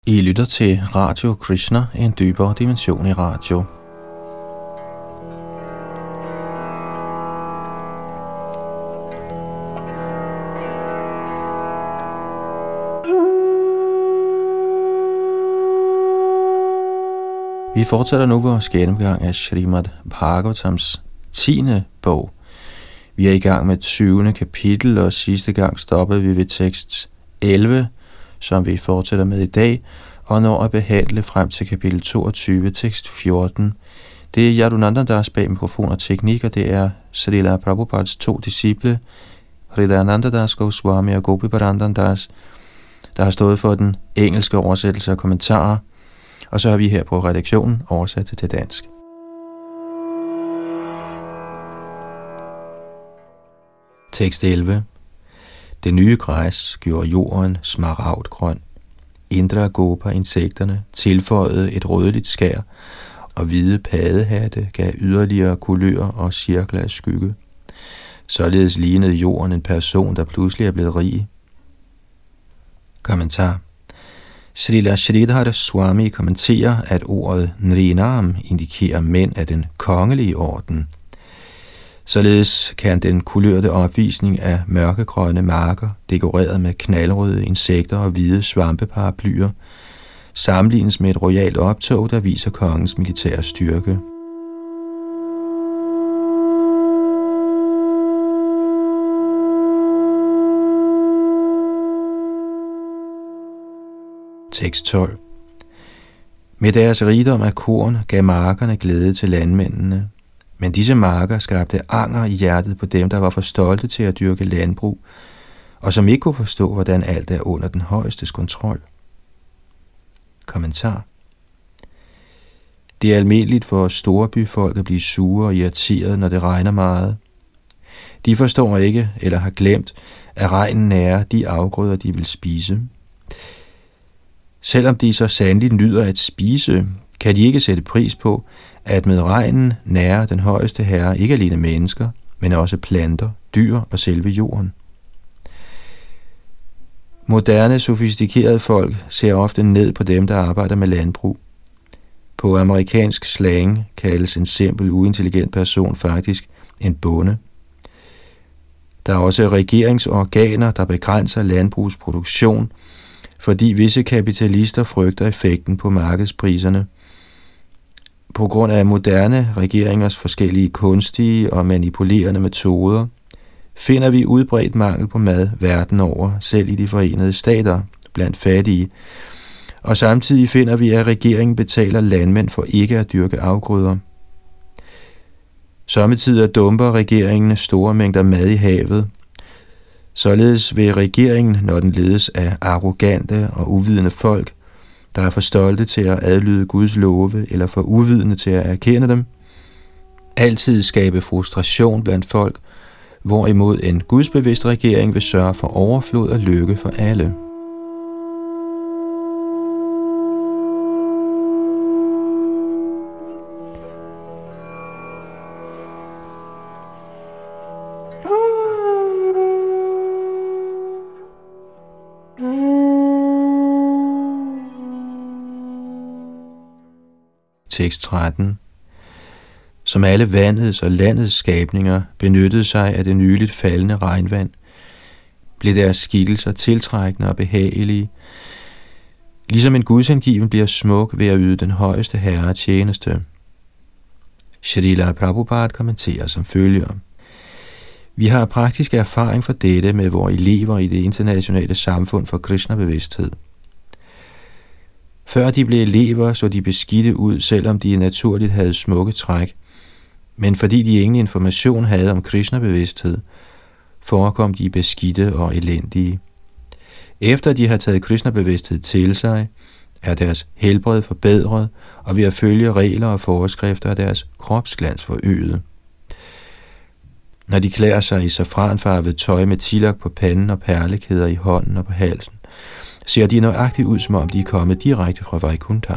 I lytter til Radio Krishna, en dybere dimension i radio. Vi fortsætter nu vores gennemgang af Srimad Bhagavatams 10. bog. Vi er i gang med 20. kapitel, og sidste gang stoppede vi ved tekst 11, som vi fortsætter med i dag, og når at behandle frem til kapitel 22, tekst 14. Det er Yadunandandas bag mikrofon og teknik, og det er Srila Prabhupads 2 disciple, Hridayanandadas Goswami og Gopi Barandandas, der har stået for den engelske oversættelse og kommentarer, og så har vi her på redaktionen oversat det til dansk. Tekst 11. Det nye græs gjorde jorden smaragdgrøn. Indre Gopa insekterne tilføjede et rødligt skær, og hvide paddehatte gav yderligere kulør og cirkler af skygge. Således lignede jorden en person, der pludselig er blevet rig. Kommentar. Srila Sridhara Swami kommenterer, at ordet Nrinam indikerer mænd af den kongelige orden. Således kan den kulørte opvisning af mørkegrønne marker, dekoreret med knaldrøde insekter og hvide svampeparaplyer, sammenlignes med et royalt optog, der viser kongens militære styrke. Tekst 12. Med deres rigdom af korn gav markerne glæde til landmændene, men disse marker skabte anger i hjertet på dem, der var for stolte til at dyrke landbrug, og som ikke kunne forstå, hvordan alt er under den højestes kontrol. Kommentar. Det er almindeligt for storbyfolk at blive sure og irriteret, når det regner meget. De forstår ikke eller har glemt, at regnen nærer de afgrøder, de vil spise. Selvom de så sandelig nyder at spise, kan de ikke sætte pris på, at med regnen nærer den højeste herre ikke alene mennesker, men også planter, dyr og selve jorden. Moderne, sofistikerede folk ser ofte ned på dem, der arbejder med landbrug. På amerikansk slang kaldes en simpel, uintelligent person faktisk en bonde. Der er også regeringsorganer, der begrænser landbrugsproduktion, fordi visse kapitalister frygter effekten på markedspriserne. På grund af moderne regeringers forskellige kunstige og manipulerende metoder, finder vi udbredt mangel på mad verden over, selv i de forenede stater, blandt fattige. Og samtidig finder vi, at regeringen betaler landmænd for ikke at dyrke afgrøder. Sommetider dumper regeringen store mængder mad i havet. Således vil regeringen, når den ledes af arrogante og uvidende folk, der er for stolte til at adlyde Guds love eller for uvidende til at erkende dem, altid skabe frustration blandt folk, hvorimod en gudsbevidst regering vil sørge for overflod og lykke for alle. Tekst 13. Som alle vandets og landets skabninger benyttede sig af det nyligt faldende regnvand, blev deres skikkelser tiltrækkende og behagelige, ligesom en gudsangiven bliver smuk ved at yde den højeste herre tjeneste. Srila Prabhupada kommenterer som følger. Vi har praktisk erfaring for dette med vores elever i det internationale samfund for Krishna-bevidsthed. Før de blev elever, så de beskidte ud, selvom de naturligt havde smukke træk. Men fordi de ingen information havde om Krishna-bevidsthed, forekom de beskidte og elendige. Efter de har taget Krishna-bevidsthed til sig, er deres helbred forbedret, og ved at følge regler og forskrifter er deres kropsglans forøget. Når de klæder sig i safranfarvet tøj med tilak på panden og perlekæder i hånden og på halsen, ser de nøjagtigt ud, som om de er kommet direkte fra Vaikuntha.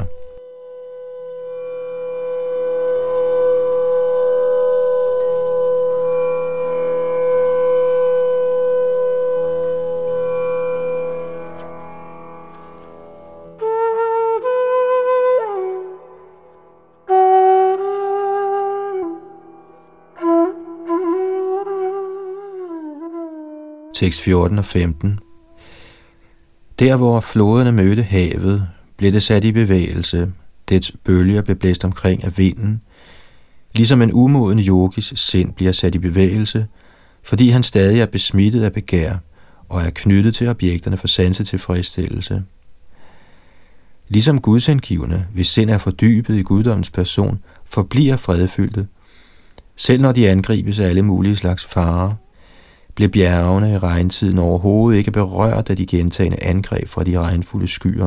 Tekst 14 og 15. Der, hvor floderne mødte havet, blev det sat i bevægelse. Dets bølger blev blæst omkring af vinden. Ligesom en umoden yogis sind bliver sat i bevægelse, fordi han stadig er besmittet af begær og er knyttet til objekterne for sansetilfredsstillelse. Ligesom gudsindgivne, hvis sind er fordybet i guddommens person, forbliver fredfyldte. Selv når de angribes af alle mulige slags farer, blev bjergene i regntiden overhovedet ikke berørt af de gentagne angreb fra de regnfulde skyer.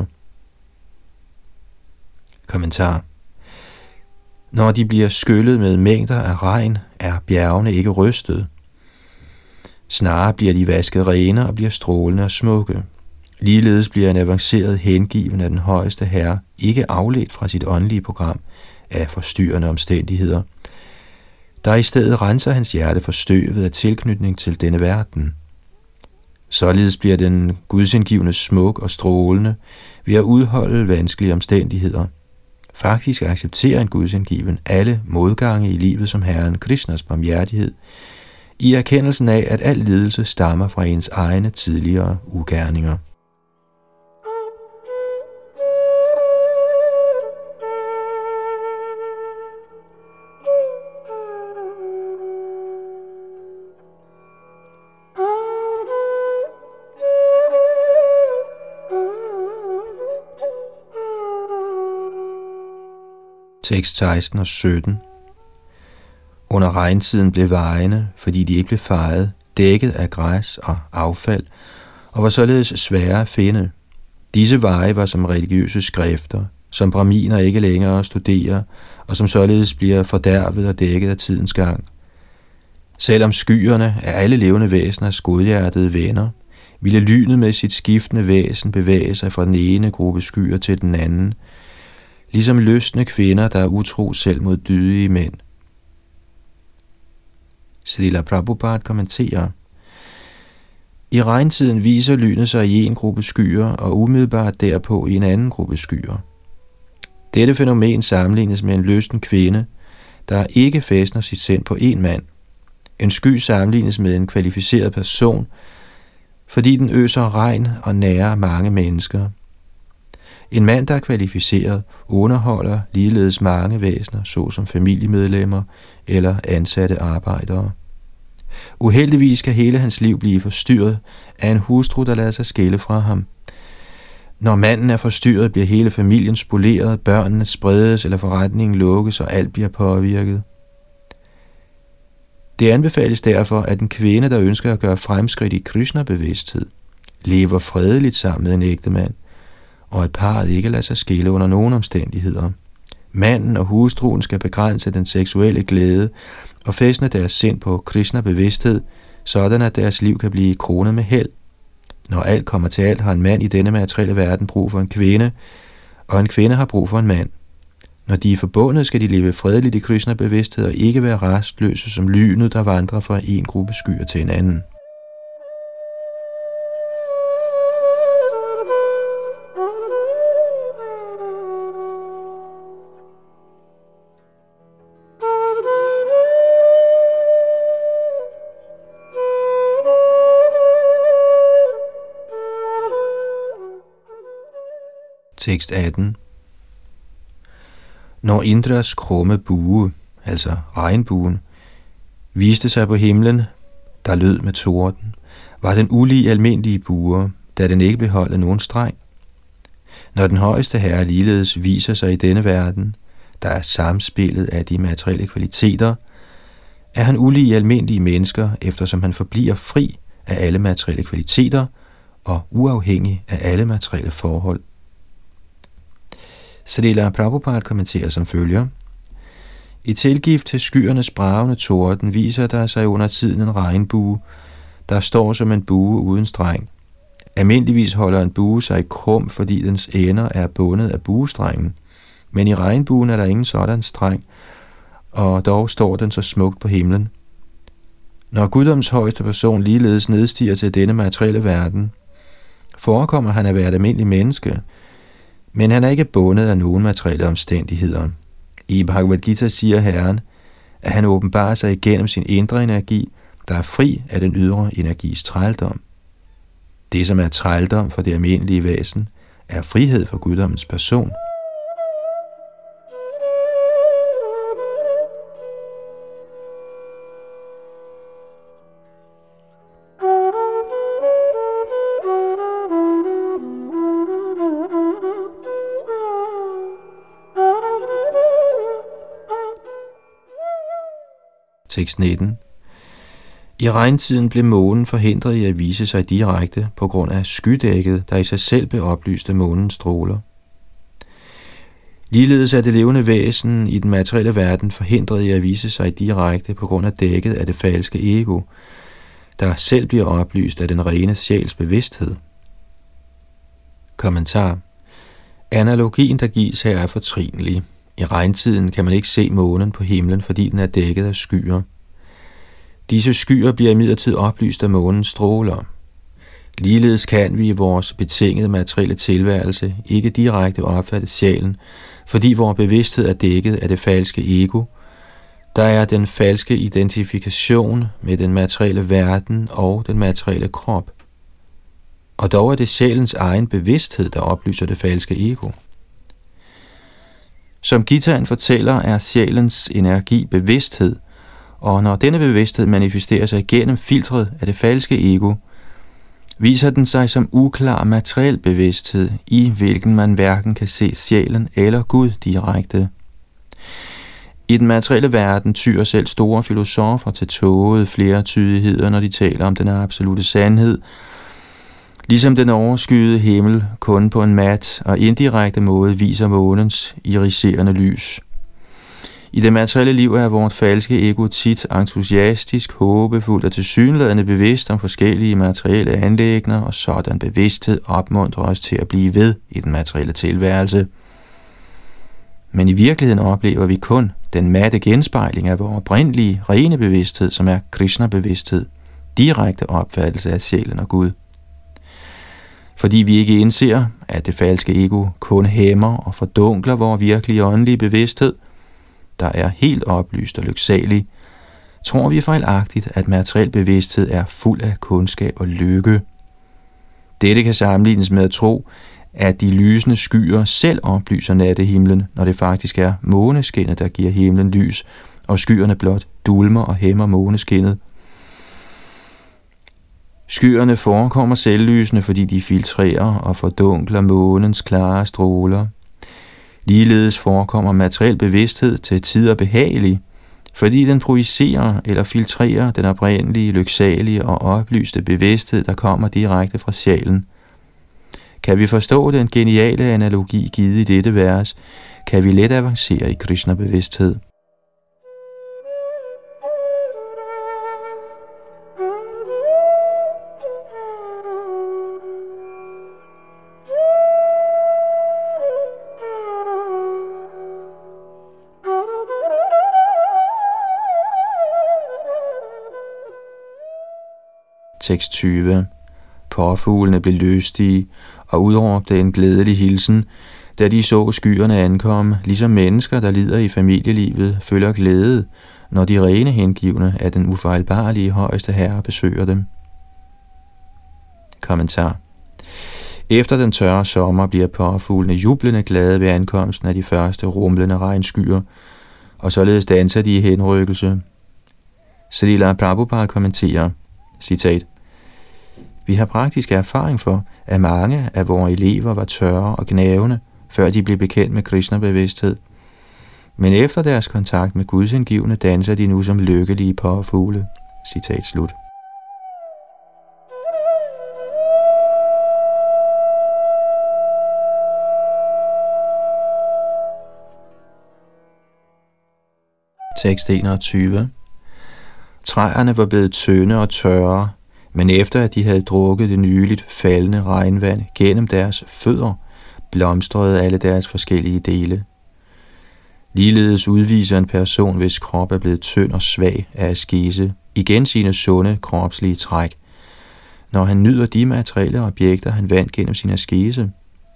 Kommentar. Når de bliver skyllet med mængder af regn, er bjergene ikke rystet. Snarere bliver de vasket rene og bliver strålende og smukke. Ligeledes bliver en avanceret hengiven af den højeste herre ikke afledt fra sit åndelige program af forstyrrende omstændigheder, der i stedet renser hans hjerte for støvet af tilknytning til denne verden. Således bliver den gudsindgivne smuk og strålende ved at udholde vanskelige omstændigheder. Faktisk accepterer en gudsindgiven alle modgange i livet som Herren Krishnas barmhjertighed, i erkendelsen af, at al lidelse stammer fra ens egne tidligere ugerninger. Tekst 16 og 17. Under regntiden blev vejene, fordi de ikke blev fejet, dækket af græs og affald, og var således svære at finde. Disse veje var som religiøse skrifter, som brahminer ikke længere studerer, og som således bliver fordærvet og dækket af tidens gang. Selvom skyerne er alle levende væseners godhjertede venner, ville lynet med sit skiftende væsen bevæge sig fra den ene gruppe skyer til den anden, ligesom lystne kvinder, der er utro selv mod dydige mænd. Srila Prabhupada kommenterer. I regntiden viser lynet sig i en gruppe skyer, og umiddelbart derpå i en anden gruppe skyer. Dette fænomen sammenlignes med en lysten kvinde, der ikke fæstner sit sind på en mand. En sky sammenlignes med en kvalificeret person, fordi den øser regn og nærer mange mennesker. En mand, der er kvalificeret, underholder ligeledes mange væsener, såsom familiemedlemmer eller ansatte arbejdere. Uheldigvis kan hele hans liv blive forstyrret af en hustru, der lader sig skille fra ham. Når manden er forstyrret, bliver hele familien spoleret, børnene spredes eller forretningen lukkes, og alt bliver påvirket. Det anbefales derfor, at en kvinde, der ønsker at gøre fremskridt i Krishna-bevidsthed, lever fredeligt sammen med en ægtemand, og at parret ikke lader sig skille under nogen omstændigheder. Manden og hustruen skal begrænse den seksuelle glæde og fæstne deres sind på Krishna-bevidsthed, sådan at deres liv kan blive kronet med held. Når alt kommer til alt, har en mand i denne materielle verden brug for en kvinde, og en kvinde har brug for en mand. Når de er forbundet, skal de leve fredeligt i Krishna-bevidsthed og ikke være rastløse som lynet, der vandrer fra en gruppe skyer til en anden. Tekst 18. Når Indras krumme bue, altså regnbuen, viste sig på himlen, der lød med torden, var den ulig almindelige bue, da den ikke beholdte nogen streng. Når den højeste herre ligeledes viser sig i denne verden, der er samspillet af de materielle kvaliteter, er han ulig almindelige mennesker, eftersom han forbliver fri af alle materielle kvaliteter og uafhængig af alle materielle forhold. Srila Prabhupada kommenterer som følger. I tilgift til skyernes bragende torden viser der sig under tiden en regnbue, der står som en bue uden streng. Almindeligvis holder en bue sig krum, fordi dens ender er bundet af buestrengen, men i regnbuen er der ingen sådan streng, og dog står den så smukt på himlen. Når guddoms højeste person ligeledes nedstiger til denne materielle verden, forekommer han at være et almindeligt menneske, men han er ikke bundet af nogen materielle omstændigheder. I Bhagavad Gita siger Herren, at han åbenbarer sig igennem sin indre energi, der er fri af den ydre energis trældom. Det, som er trældom for det almindelige væsen, er frihed for guddommens person. Tekst 19. I regntiden blev månen forhindret i at vise sig direkte på grund af skydækket, der i sig selv blev oplyst af månens stråler. Ligeledes er det levende væsen i den materielle verden forhindret i at vise sig direkte på grund af dækket af det falske ego, der selv bliver oplyst af den rene sjæls bevidsthed. Kommentar. Analogien, der gives her, er fortrinlig. I regntiden kan man ikke se månen på himlen, fordi den er dækket af skyer. Disse skyer bliver imidlertid oplyst af månens stråler. Ligeledes kan vi i vores betingede materielle tilværelse ikke direkte opfatte sjælen, fordi vores bevidsthed er dækket af det falske ego. Der er den falske identifikation med den materielle verden og den materielle krop. Og dog er det sjælens egen bevidsthed, der oplyser det falske ego. Som Gitaen fortæller, er sjælens energi bevidsthed, og når denne bevidsthed manifesterer sig gennem filtret af det falske ego, viser den sig som uklar materiel bevidsthed, i hvilken man hverken kan se sjælen eller Gud direkte. I den materielle verden tyr selv store filosofer til tågede flertydigheder, når de taler om den absolute sandhed, ligesom den overskyede himmel kun på en mat og indirekte måde viser månens iriserende lys. I det materielle liv er vort falske ego tit entusiastisk, håbefuldt og tilsyneladende bevidst om forskellige materielle anliggender, og sådan bevidsthed opmuntrer os til at blive ved i den materielle tilværelse. Men i virkeligheden oplever vi kun den matte genspejling af vores oprindelige, rene bevidsthed, som er Krishna-bevidsthed, direkte opfattelse af sjælen og Gud. Fordi vi ikke indser, at det falske ego kun hæmmer og fordunkler vores virkelige åndelige bevidsthed, der er helt oplyst og lyksalig, tror vi fejlagtigt, at materiel bevidsthed er fuld af kundskab og lykke. Dette kan sammenlignes med at tro, at de lysende skyer selv oplyser nattehimlen, når det faktisk er måneskinnet, der giver himlen lys, og skyerne blot dulmer og hæmmer måneskinnet. Skyerne forekommer selvlysende, fordi de filtrerer og fordunkler månens klare stråler. Ligeledes forekommer materiel bevidsthed til tider behagelig, fordi den projicerer eller filtrerer den oprindelige, lyksalige og oplyste bevidsthed, der kommer direkte fra sjælen. Kan vi forstå den geniale analogi givet i dette vers, kan vi let avancere i Krishna-bevidsthed. Tekst 20. Påfuglene blev lystige og udråbte en glædelig hilsen, da de så skyerne ankomme, ligesom mennesker, der lider i familielivet, føler glæde, når de rene hengivne af den ufejlbarlige højeste herre besøger dem. Kommentar. Efter den tørre sommer bliver påfuglene jublende glade ved ankomsten af de første rumlende regnskyer, og således danser de i henrykkelse. Srila Prabhupada kommenterer, citat, vi har praktisk erfaring for, at mange af vores elever var tørre og gnavende, før de blev bekendt med Krishna-bevidsthed. Men efter deres kontakt med Guds indgivne, danser de nu som lykkelige påfugle. Citat slut. Tekst 21. Træerne var blevet tynde og tørre, men efter at de havde drukket det nyligt faldende regnvand gennem deres fødder, blomstrede alle deres forskellige dele. Ligeledes udviser en person, hvis krop er blevet tynd og svag af askese, igen sine sunde kropslige træk, når han nyder de materielle objekter, han vandt gennem sin askese.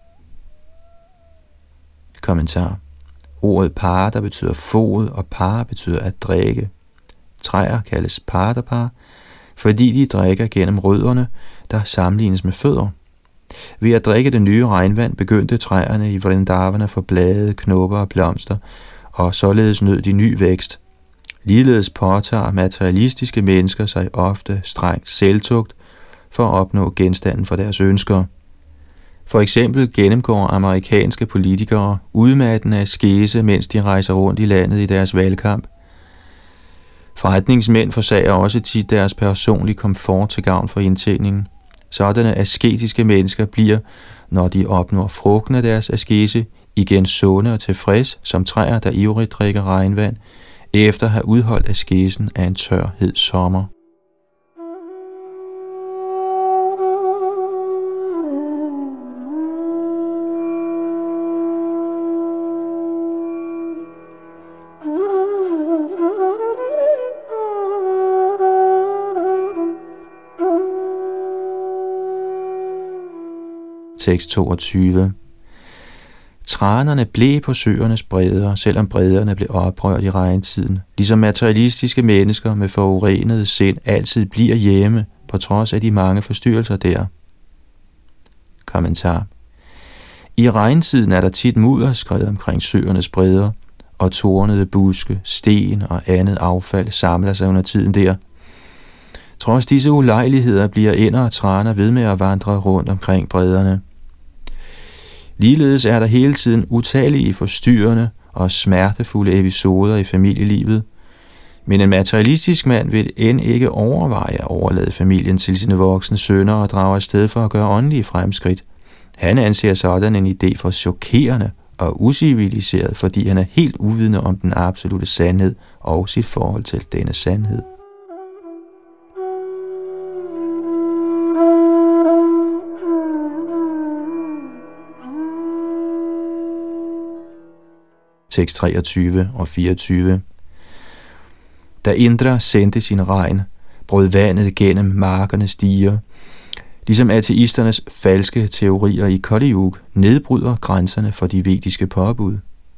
Kommentar. Ordet par, der betyder fod, og par betyder at drikke. Træer kaldes partapar, fordi de drikker gennem rødderne, der sammenlignes med fødder. Ved at drikke det nye regnvand begyndte træerne i Vrindavan at få blade, knopper og blomster, og således nød de ny vækst. Ligeledes påtager materialistiske mennesker sig ofte strengt selvtugt for at opnå genstanden for deres ønsker. For eksempel gennemgår amerikanske politikere udmattende askese, mens de rejser rundt i landet i deres valgkamp. Forretningsmænd forsager også tit deres personlige komfort til gavn for indtjeningen. Sådanne asketiske mennesker bliver, når de opnår frugten af deres askese, igen sunde og tilfreds som træer, der ivrigt drikker regnvand, efter at have udholdt askesen af en tør, hed sommer. Tekst 22. Tranerne blev på søernes bredder, selvom bredderne blev oprørt i regntiden, ligesom materialistiske mennesker med forurenede sind altid bliver hjemme, på trods af de mange forstyrrelser der. Kommentar. I regntiden er der tit mudderskred omkring søernes bredder, og tornede buske, sten og andet affald samler sig under tiden der. Trods disse ulejligheder bliver ænder og traner ved med at vandre rundt omkring bredderne. Ligeledes er der hele tiden utallige forstyrrende og smertefulde episoder i familielivet, men en materialistisk mand vil end ikke overveje at overlade familien til sine voksne sønner og drage afsted for at gøre åndelige fremskridt. Han anser sådan en idé for chokerende og uciviliseret, fordi han er helt uvidende om den absolute sandhed og sit forhold til denne sandhed. Tekst 23 og 24. Da Indra sendte sin regn, brød vandet gennem markernes diger, ligesom ateisternes falske teorier i Kali Yuga nedbryder grænserne for de vediske påbud.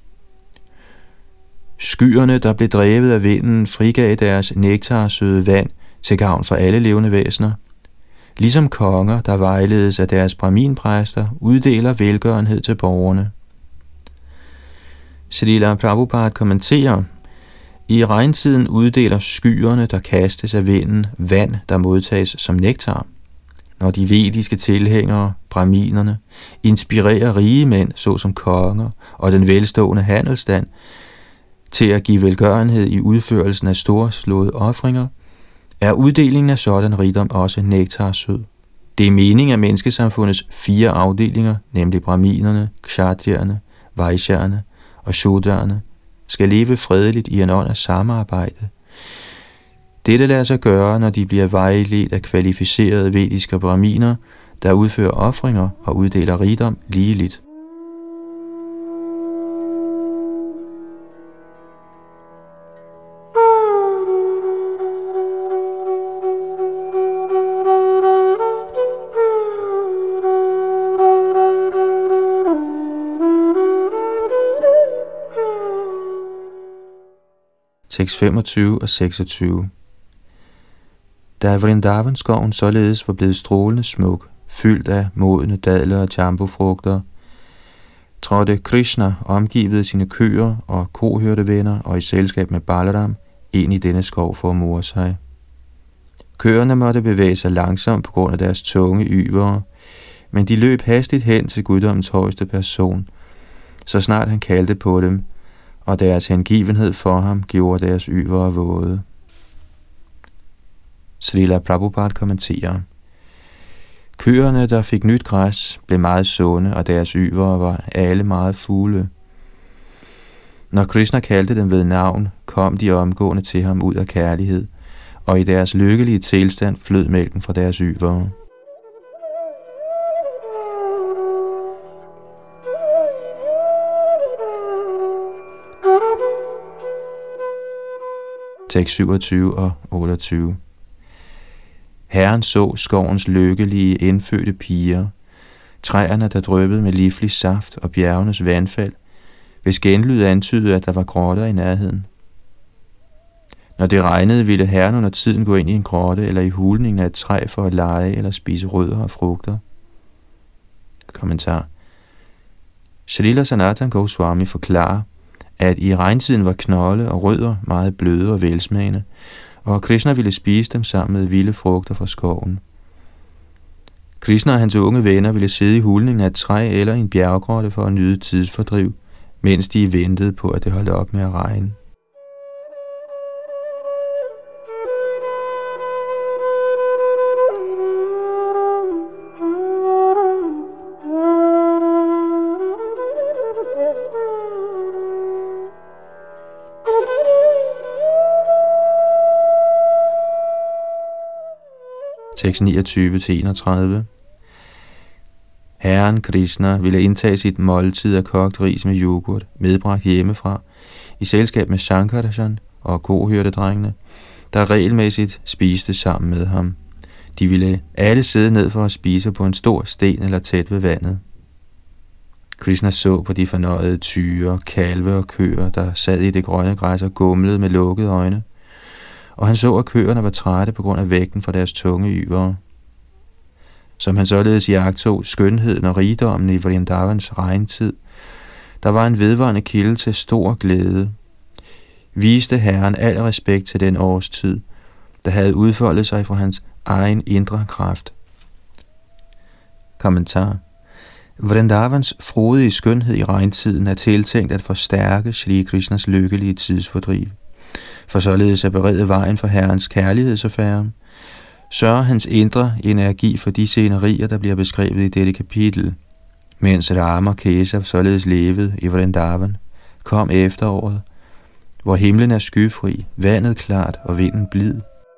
Skyerne, der blev drevet af vinden, frigav deres nektarsøde vand til gavn for alle levende væsener. Ligesom konger, der vejledes af deres brahminpræster, uddeler velgørenhed til borgerne. Srila Prabhupada kommenterer, i regntiden uddeler skyerne, der kastes af vinden, vand, der modtages som nektar. Når de vediske tilhængere, brahminerne, inspirerer rige mænd, såsom konger og den velstående handelsstand, til at give velgørenhed i udførelsen af storslåede ofringer, er uddelingen af sådan rigdom også nektarsød. Det er meningen af menneskesamfundets 4 afdelinger, nemlig brahminerne, kshatriyerne, vaishyerne og shudraerne, skal leve fredeligt i en ånd af samarbejde. Dette lader sig gøre, når de bliver vejledt af kvalificerede vediske brahminer, der udfører ofringer og uddeler rigdom ligeligt. Tekst 25 og 26. Da Vrindavan-skoven således var blevet strålende smuk, fyldt af modne dadler og jambufrugter, trådte Krishna, omgivet af sine køer og kohyrdevenner og i selskab med Balaram, ind i denne skov for at more sig. Køerne måtte bevæge sig langsomt på grund af deres tunge yvere, men de løb hastigt hen til guddommens højeste person, så snart han kaldte på dem, og deres hengivenhed for ham gjorde deres yvere våde. Srila Prabhupada kommenterer, køerne, der fik nyt græs, blev meget sunde, og deres yvere var alle meget fugle. Når Krishna kaldte dem ved navn, kom de omgående til ham ud af kærlighed, og i deres lykkelige tilstand flød mælken fra deres yvere. Tekst 27 og 28. Herren så skovens lykkelige indfødte piger, træerne, der dryppede med livlig saft og bjergenes vandfald, hvis genlyd antydede, at der var grotter i nærheden. Når det regnede, ville herren under tiden gå ind i en grotte eller i hulningen af et træ for at lege eller spise rødder og frugter. Kommentar. Srila Sanatana Goswami forklarer, at i regntiden var knolde og rødder meget bløde og velsmagende, og Krishna ville spise dem sammen med vilde frugter fra skoven. Krishna og hans unge venner ville sidde i hulningen af et træ eller i en bjerggrotte for at nyde tidsfordriv, mens de ventede på, at det holdt op med at regne. Tekst 29-31. Herren Krishna ville indtage sit måltid af kogt ris med yoghurt, medbragt hjemmefra, i selskab med Shankarachan og kohyrdedrengene, der regelmæssigt spiste sammen med ham. De ville alle sidde ned for at spise på en stor sten eller tæt ved vandet. Krishna så på de fornøjede tyre, kalve og køer, der sad i det grønne græs og gumlede med lukkede øjne, og han så, at køerne var trætte på grund af vægten fra deres tunge yvere. Som han således iagttog skønheden og rigdommen i Vrindavans regntid, der var en vedvarende kilde til stor glæde, viste herren al respekt til den årstid, der havde udfoldet sig fra hans egen indre kraft. Kommentar. Vrindavans frodige skønhed i regntiden er tiltænkt at forstærke Shri Krishnas lykkelige tidsfordriv. For således at berede vejen for herrens kærlighedsaffære, sørger hans indre energi for de scenerier, der bliver beskrevet i dette kapitel. Mens Rama og Keshav således levede i Vrindavan, kom efteråret, hvor himlen er skyfri, vandet klart og vinden blid.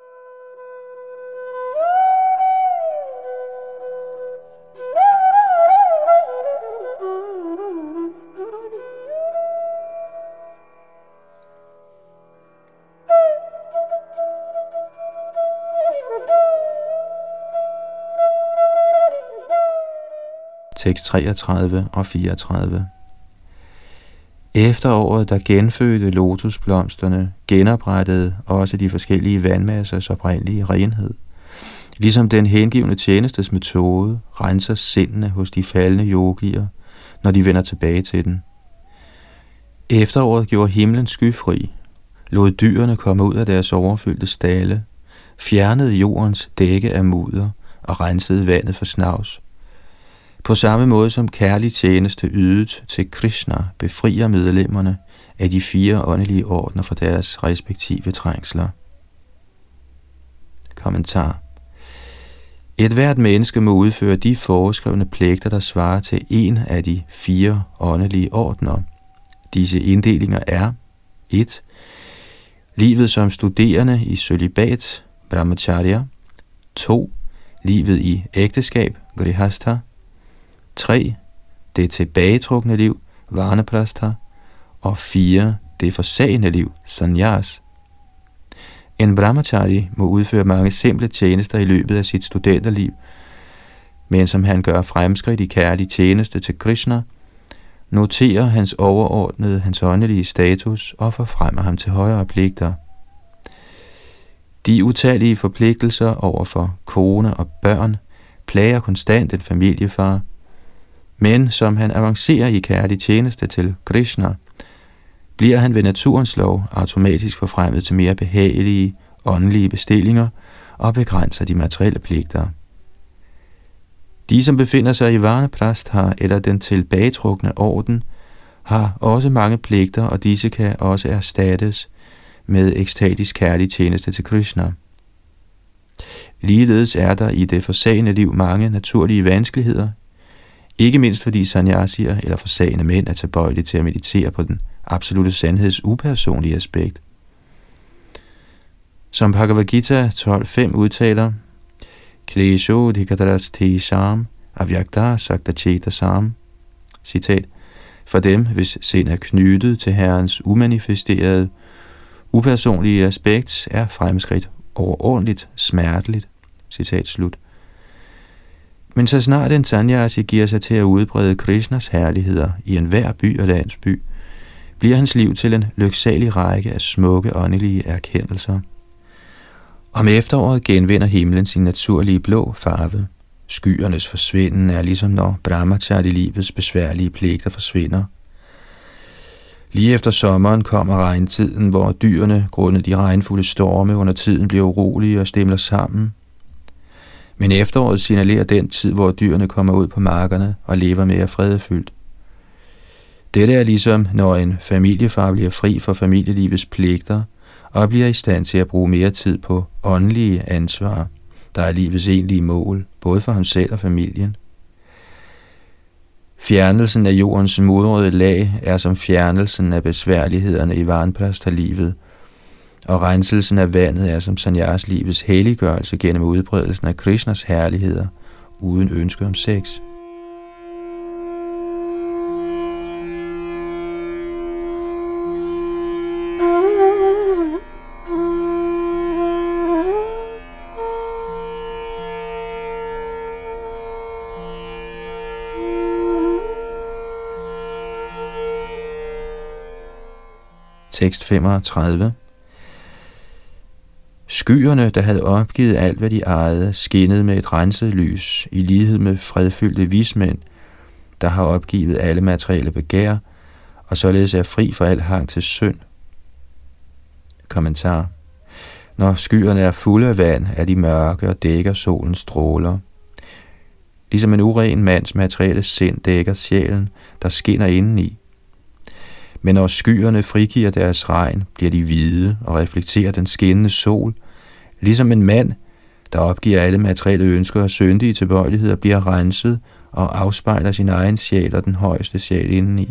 Tekst 33 og 34. Efteråret, der genfødte lotusblomsterne, genoprettede også de forskellige vandmassers oprindelige renhed. Ligesom den hengivne tjenestes metode renser sindene hos de faldne yogier, når de vender tilbage til den. Efteråret gjorde himlen skyfri, lod dyrene komme ud af deres overfyldte stalle, fjernede jordens dække af mudder og rensede vandet for snavs. På samme måde som kærlig tjeneste ydet til Krishna befrier medlemmerne af de 4 åndelige ordener fra deres respektive trængsler. Kommentar. Et hvert menneske må udføre de foreskrevne pligter, der svarer til en af de 4 åndelige ordener. Disse inddelinger er 1. Livet som studerende i cølibat, brahmacharya. 2. Livet i ægteskab, grihastha. 3. Det tilbagetrukne liv, vanaprastha. Og 4. Det forsagende liv, sannyas. En brahmachari må udføre mange simple tjenester i løbet af sit studenterliv, men som han gør fremskridt i kærlig tjeneste til Krishna, noterer hans overordnede hans åndelige status og forfremmer ham til højere pligter. De utallige forpligtelser over for kone og børn plager konstant en familiefar, men som han avancerer i kærlig tjeneste til Krishna, bliver han ved naturens lov automatisk forfremmet til mere behagelige, åndelige bestillinger og begrænser de materielle pligter. De, som befinder sig i vanaprastha eller den tilbagetrukne orden, har også mange pligter, og disse kan også erstattes med ekstatisk kærlig tjeneste til Krishna. Ligeledes er der i det forsagende liv mange naturlige vanskeligheder, ikke mindst fordi sannyasier eller forsagende mænd er tilbøjelige til at meditere på den absolute sandheds upersonlige aspekt. Som Bhagavad Gita 12.5 udtaler, Klesho dikadaras tesham avyakta sakta chetasam. Citat. For dem, hvis sind er knyttet til Herrens umanifesterede, upersonlige aspekt, er fremskridt overordentligt smerteligt. Citat slut. Men så snart en sannyasi giver sig til at udbrede Krishnas herligheder i enhver by og landsby, bliver hans liv til en lyksalig række af smukke åndelige erkendelser. Om efteråret genvinder himlen sin naturlige blå farve. Skyernes forsvinden er ligesom når brahmacharya-livets besværlige pligter forsvinder. Lige efter sommeren kommer regntiden, hvor dyrene, grundet de regnfulde storme under tiden, bliver urolige og stemler sammen. Men efteråret signalerer den tid, hvor dyrene kommer ud på markerne og lever mere fredfyldt. Dette er ligesom, når en familiefar bliver fri for familielivets pligter og bliver i stand til at bruge mere tid på åndelige ansvar, der er livets egentlige mål, både for ham selv og familien. Fjernelsen af jordens mudrede lag er som fjernelsen af besværlighederne i vanprastha-livet, og renselsen af vandet er som sannyas-livets helliggørelse gennem udbredelsen af Krishnas herligheder, uden ønske om sex. Tekst 35. Skyerne, der havde opgivet alt, hvad de ejede, skinnede med et renset lys, i lighed med fredfyldte vismænd, der har opgivet alle materielle begær, og således er fri for al hang til synd. Kommentar. Når skyerne er fulde af vand, er de mørke og dækker solens stråler. Ligesom en uren mands materielle sind dækker sjælen, der skinner indeni. Men når skyerne frigiver deres regn, bliver de hvide og reflekterer den skinnende sol, ligesom en mand, der opgiver alle materielle ønsker og syndige tilbøjeligheder, bliver renset og afspejler sin egen sjæl og den højeste sjæl indeni.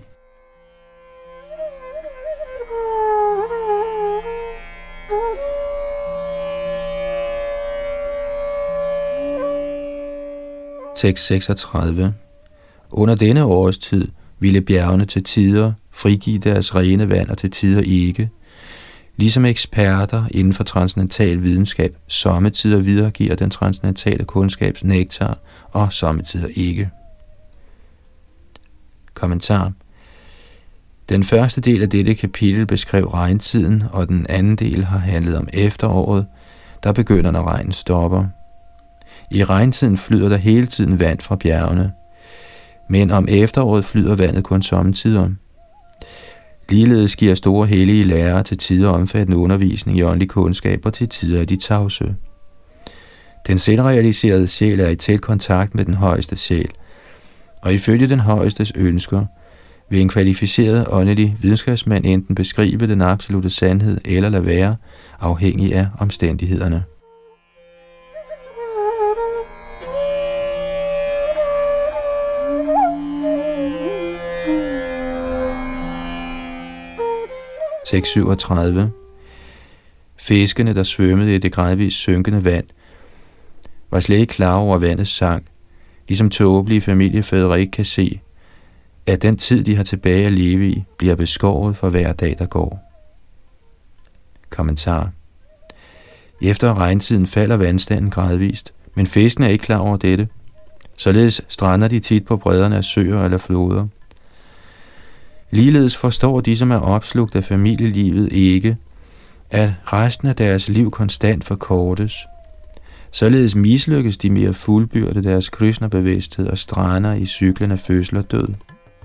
Tekst 36. Under denne årstid ville bjergene til tider frigive deres rene vand og til tider ikke, ligesom eksperter inden for transcendental videnskab sommetider videregiver den transcendentale kundskabs nektar og sommetider ikke. Kommentar. Den første del af dette kapitel beskrev regntiden, og den anden del har handlet om efteråret, der begynder, når regnen stopper. I regntiden flyder der hele tiden vand fra bjergene, men om efteråret flyder vandet kun sommetider. Ligeledes giver store hellige lærere til tider omfattende undervisning i åndelig kundskab og til tider af de tavse. Den selvrealiserede sjæl er i tæt kontakt med den højeste sjæl, og ifølge den højestes ønsker vil en kvalificeret åndelig videnskabsmand enten beskrive den absolute sandhed eller lade være, afhængig af omstændighederne. Tekst 37. Fiskene, der svømmede i det gradvist synkende vand, var slet ikke klar over vandets sang, ligesom tåbelige familiefædre ikke kan se, at den tid, de har tilbage at leve i, bliver beskåret for hver dag, der går. Kommentar. Efter regntiden falder vandstanden gradvist, men fiskene er ikke klar over dette. Således strander de tit på bredderne af søer eller floder. Ligeledes forstår de, som er opslugt af familielivet, ikke, at resten af deres liv konstant forkortes. Således mislykkes de med at fuldbyrde deres Krishna-bevidsthed og strander i cyklen af fødsel og død.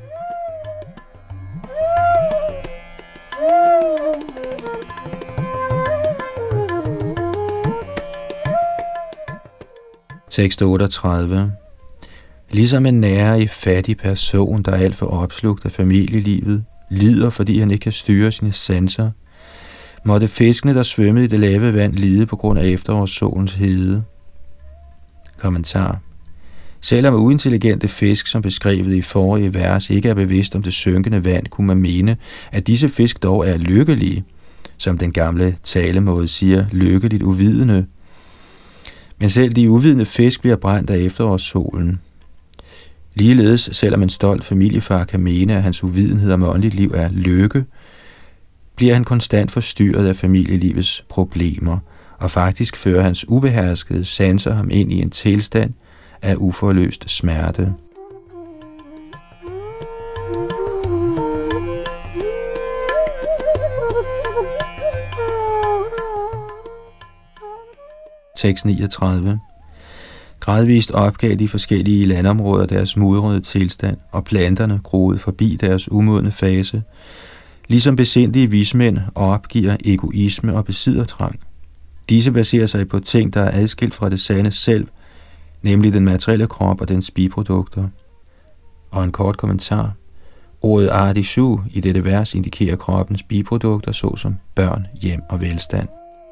Tekst 38. Ligesom en nærig, fattig person, der er alt for opslugt af familielivet, lider, fordi han ikke kan styre sine sanser, måtte fiskene, der svømmede i det lave vand, lide på grund af efterårssolens hede. Kommentar. Selvom uintelligente fisk, som beskrevet i forrige vers, ikke er bevidst om det synkende vand, kunne man mene, at disse fisk dog er lykkelige, som den gamle talemåde siger, lykkeligt uvidende. Men selv de uvidende fisk bliver brændt af efterårssolen. Ligeledes, selvom en stolt familiefar kan mene, at hans uvidenhed om åndeligt liv er lykke, bliver han konstant forstyrret af familielivets problemer, og faktisk fører hans ubeherskede sanser ham ind i en tilstand af uforløst smerte. Tekst 39. Gradvist opgav de forskellige landområder deres mudrede tilstand, og planterne groede forbi deres umodne fase, ligesom besindige vismænd opgiver egoisme og besiddertrang. Disse baserer sig på ting, der er adskilt fra det sande selv, nemlig den materielle krop og dens biprodukter. Og en kort kommentar. Ordet Adishu i dette vers indikerer kroppens biprodukter, såsom børn, hjem og velstand.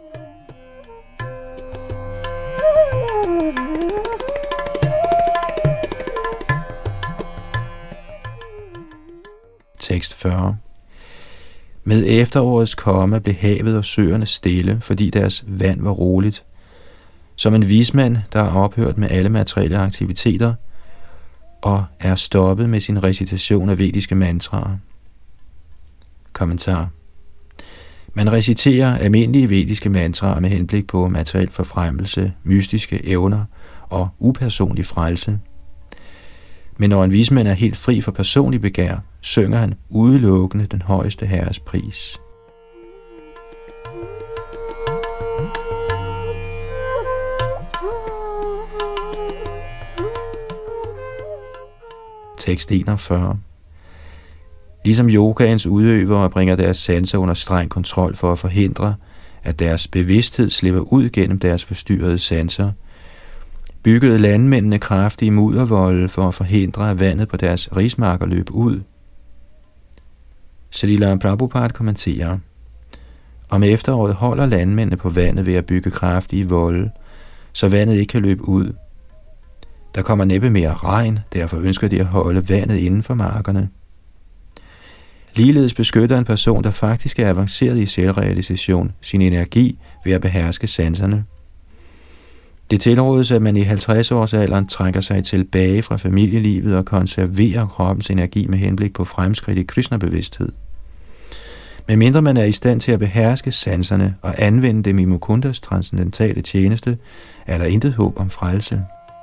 Tekst 40. Med efterårets komme blev havet og søerne stille, fordi deres vand var roligt. Som en vismand, der er ophørt med alle materielle aktiviteter og er stoppet med sin recitation af vediske mantraer. Kommentar. Man reciterer almindelige vediske mantraer med henblik på materiel forfremmelse, mystiske evner og upersonlig frelse. Men når en vismand er helt fri for personlig begær, synger han udelukkende den højeste herres pris. Tekst 41. Ligesom yogaens udøvere bringer deres sanser under streng kontrol for at forhindre, at deres bevidsthed slipper ud gennem deres forstyrrede sanser, byggede landmændene kraftige muddervolde for at forhindre, at vandet på deres rismarker løb ud. Srila Prabhupada kommenterer: Om efteråret holder landmændene på vandet ved at bygge kraftige volde, så vandet ikke kan løbe ud. Der kommer næppe mere regn, derfor ønsker de at holde vandet inden for markerne. Ligeledes beskytter en person, der faktisk er avanceret i selvrealisation, sin energi ved at beherske sanserne. Det tilrådes, at man i 50-årsalderen trækker sig tilbage fra familielivet og konserverer kroppens energi med henblik på fremskridt i Krishna-bevidsthed. Men mindre man er i stand til at beherske sanserne og anvende dem i Mukundas transcendentale tjeneste, er der intet håb om frelse.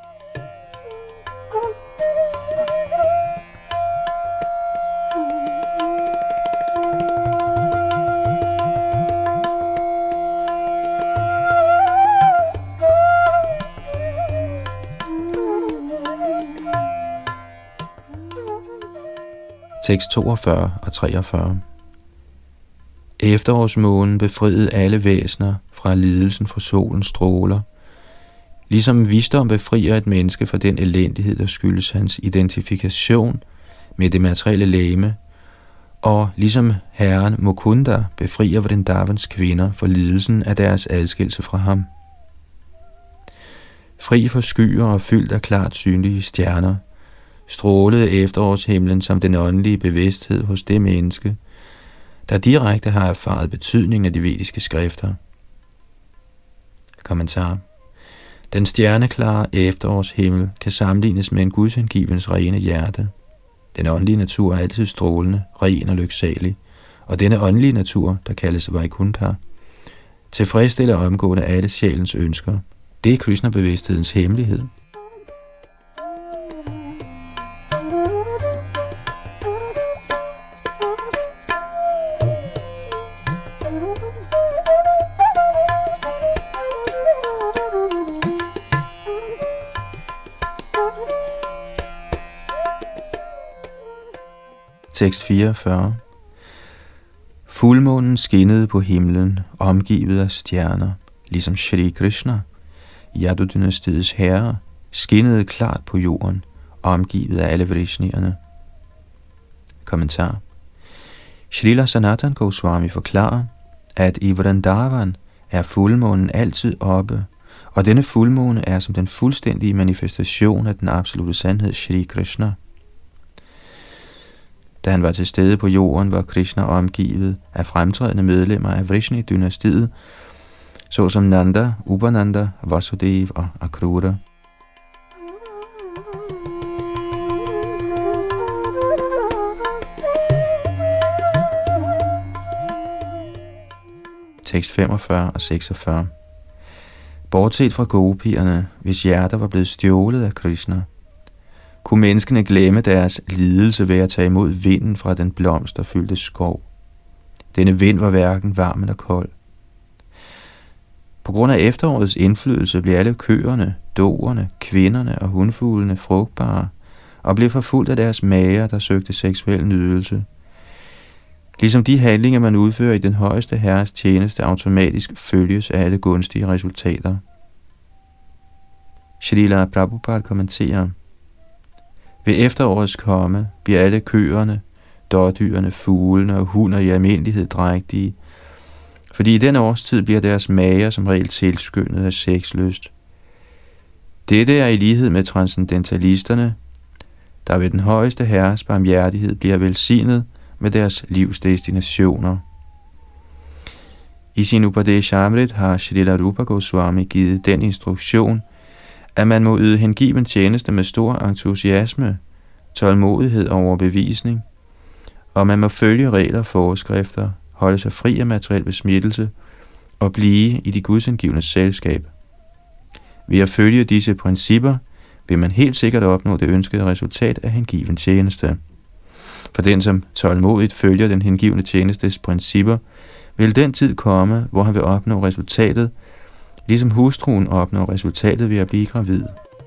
Tekst 42 og 43. Efterårsmånen befriede alle væsener fra lidelsen fra solens stråler, ligesom visdom befrier et menneske fra den elendighed, der skyldes hans identifikation med det materielle legeme, og ligesom herren Mukunda befrier Vrindavans kvinder fra lidelsen af deres adskillelse fra ham. Fri for skyer og fyldt af klart synlige stjerner, strålede efterårshimlen som den åndelige bevidsthed hos det menneske, der direkte har erfaret betydningen af de vediske skrifter. Kommentar. Den stjerneklare efterårshimmel kan sammenlignes med en gudshengivens rene hjerte. Den åndelige natur er altid strålende, ren og lyksalig, og denne åndelige natur, der kaldes Vaikuntha, tilfredsstiller omgående alle sjælens ønsker. Det er Krishna-bevidsthedens hemmelighed. Tekst 44. Fuldmånen skinnede på himlen, omgivet af stjerner, ligesom Shri Krishna, Yadu-dynastiets herre, skinnede klart på jorden, omgivet af alle vrishnierne. Kommentar. Srila Sanatan Goswami forklarer, at i Vrindavan er fuldmånen altid oppe, og denne fuldmåne er som den fuldstændige manifestation af den absolute sandhed Shri Krishna. Da han var til stede på jorden, var Krishna omgivet af fremtrædende medlemmer af Vrishni-dynastiet, såsom Nanda, Upananda, Vasudev og Akrura. Tekst 45 og 46. Bortset fra gopierne, hvis hjerter var blevet stjålet af Krishna, kunne menneskene glemme deres lidelse ved at tage imod vinden fra den blomsterfyldte skov. Denne vind var hverken varm eller kold. På grund af efterårets indflydelse blev alle køerne, doerne, kvinderne og hundfuglene frugtbare og blev forfulgt af deres mager, der søgte seksuel nydelse. Ligesom de handlinger, man udfører i den højeste herres tjeneste, automatisk følges af alle gunstige resultater. Srila Prabhupada kommenterer: ved efterårets komme bliver alle køerne, dårdyrene, fuglene og hunder i almindelighed drægtige, fordi i den årstid bliver deres mager som regel tilskyndet af sexlyst. Dette er i lighed med transcendentalisterne, der ved den højeste herres barmhjertighed bliver velsignet med deres livs destinationer. I sin Upadeshamrit har Srila Rupa Goswami givet den instruktion, at man må yde hengiven tjeneste med stor entusiasme, tålmodighed og overbevisning, og man må følge regler og forskrifter, holde sig fri af materiel besmittelse og blive i de gudsindgivende selskab. Ved at følge disse principper vil man helt sikkert opnå det ønskede resultat af hengiven tjeneste. For den, som tålmodigt følger den hengivne tjenestes principper, vil den tid komme, hvor han vil opnå resultatet, ligesom hustruen opnår resultatet ved at blive gravid.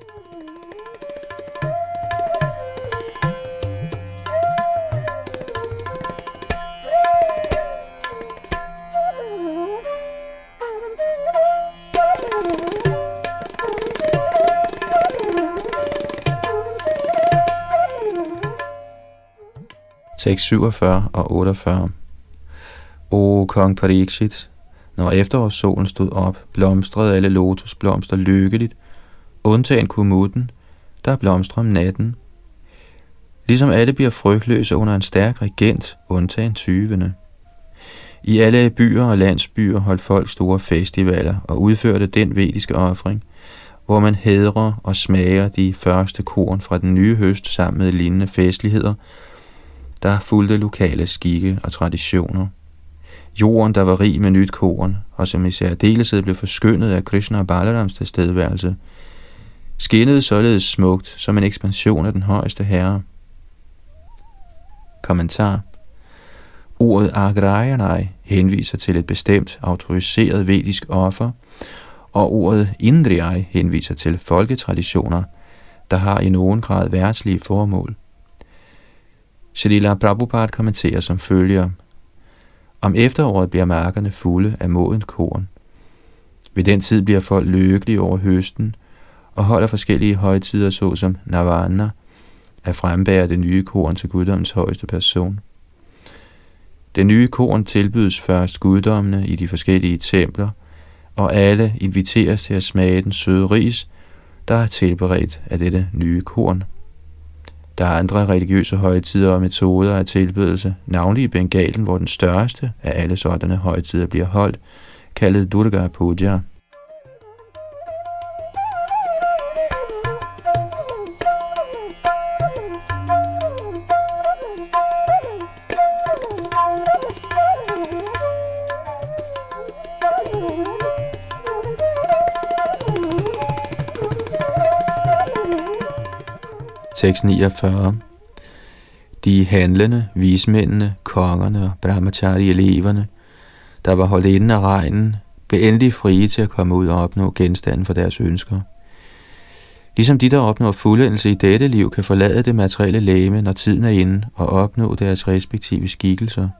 Tekst 47 og 48. O kong Parikshit, når efterårssolen stod op, blomstrede alle lotusblomster lykkeligt, undtagen kumuden, der blomstrer om natten. Ligesom alle bliver frygtløse under en stærk regent, undtagen tyvene. I alle byer og landsbyer holdt folk store festivaler og udførte den vediske ofring, hvor man hædrer og smager de første korn fra den nye høst sammen med lignende festligheder, der fulgte lokale skikke og traditioner. Jorden, der var rig med nyt korn, og som i særdeleshed blev forskønnet af Krishna og Balarams tilstedeværelse, skinnede således smukt som en ekspansion af den højeste herre. Kommentar. Ordet Agrayanai henviser til et bestemt autoriseret vedisk offer, og ordet Indriyai henviser til folketraditioner, der har i nogen grad verdslige formål. Srila Prabhupada kommenterer som følger: om efteråret bliver markerne fulde af modent korn. Ved den tid bliver folk lykkelige over høsten og holder forskellige højtider såsom Navana, at frembære det nye korn til guddommens højeste person. Det nye korn tilbydes først guddommene i de forskellige templer, og alle inviteres til at smage den søde ris, der er tilberedt af dette nye korn. Der er andre religiøse højtider og metoder af tilbedelse, navnlig i Bengalen, hvor den største af alle sådanne højtider bliver holdt, kaldet Durga Puja. Tekst 49. De handlende, vismændene, kongerne og brahmachari-eleverne, der var holdt inde af regnen, blev endelig frie til at komme ud og opnå genstanden for deres ønsker. Ligesom de, der opnår fuldendelse i dette liv, kan forlade det materielle legeme, når tiden er inde, og opnå deres respektive skikkelser.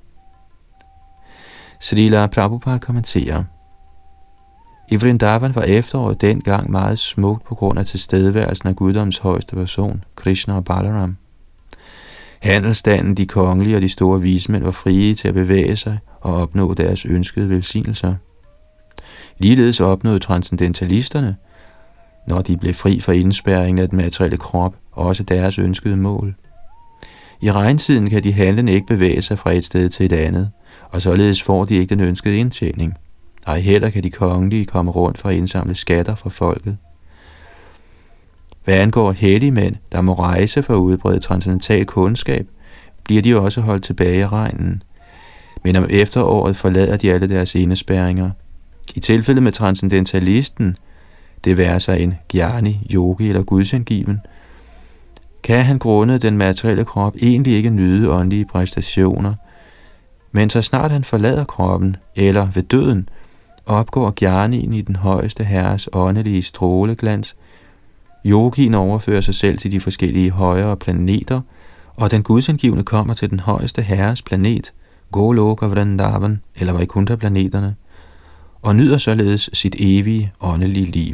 Srila Prabhupada kommenterer: i Vrindavan var efteråret dengang meget smukt på grund af tilstedeværelsen af guddommens højeste person, Krishna og Balaram. Handelsstanden, de kongelige og de store vismænd var frie til at bevæge sig og opnå deres ønskede velsignelser. Ligeledes opnåede transcendentalisterne, når de blev fri fra indspærringen af den materielle krop, også deres ønskede mål. I regntiden kan de handlende ikke bevæge sig fra et sted til et andet, og således får de ikke den ønskede indtjening. Ej heller kan de kongelige komme rundt for at indsamle skatter fra folket. Hvad angår hellige mænd, der må rejse for at udbrede transcendental kundskab, bliver de også holdt tilbage af regnen. Men om efteråret forlader de alle deres indespærringer. I tilfælde med transcendentalisten, det være sig en gyani, yogi eller gudsindgiven, kan han grundet den materielle krop egentlig ikke nyde åndelige præstationer, men så snart han forlader kroppen eller ved døden, opgår Gyanien i den højeste herres åndelige stråleglans. Yogien overfører sig selv til de forskellige højere planeter, og den gudsindgivne kommer til den højeste herres planet, Goloka Vrindavan, eller Vaikuntha-planeterne, og nyder således sit evige åndelige liv.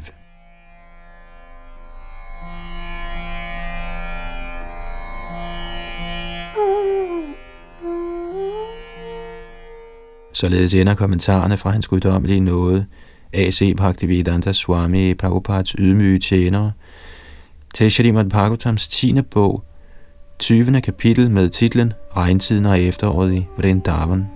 Således ender kommentarerne fra hans guddommelige nåde, A.C. Bhaktivedanta Swami Prabhupads ydmyge tjenere, til Srimad Bhagavatams 10. bog, 20. kapitel med titlen Regntiden og efteråret i Vrindavan.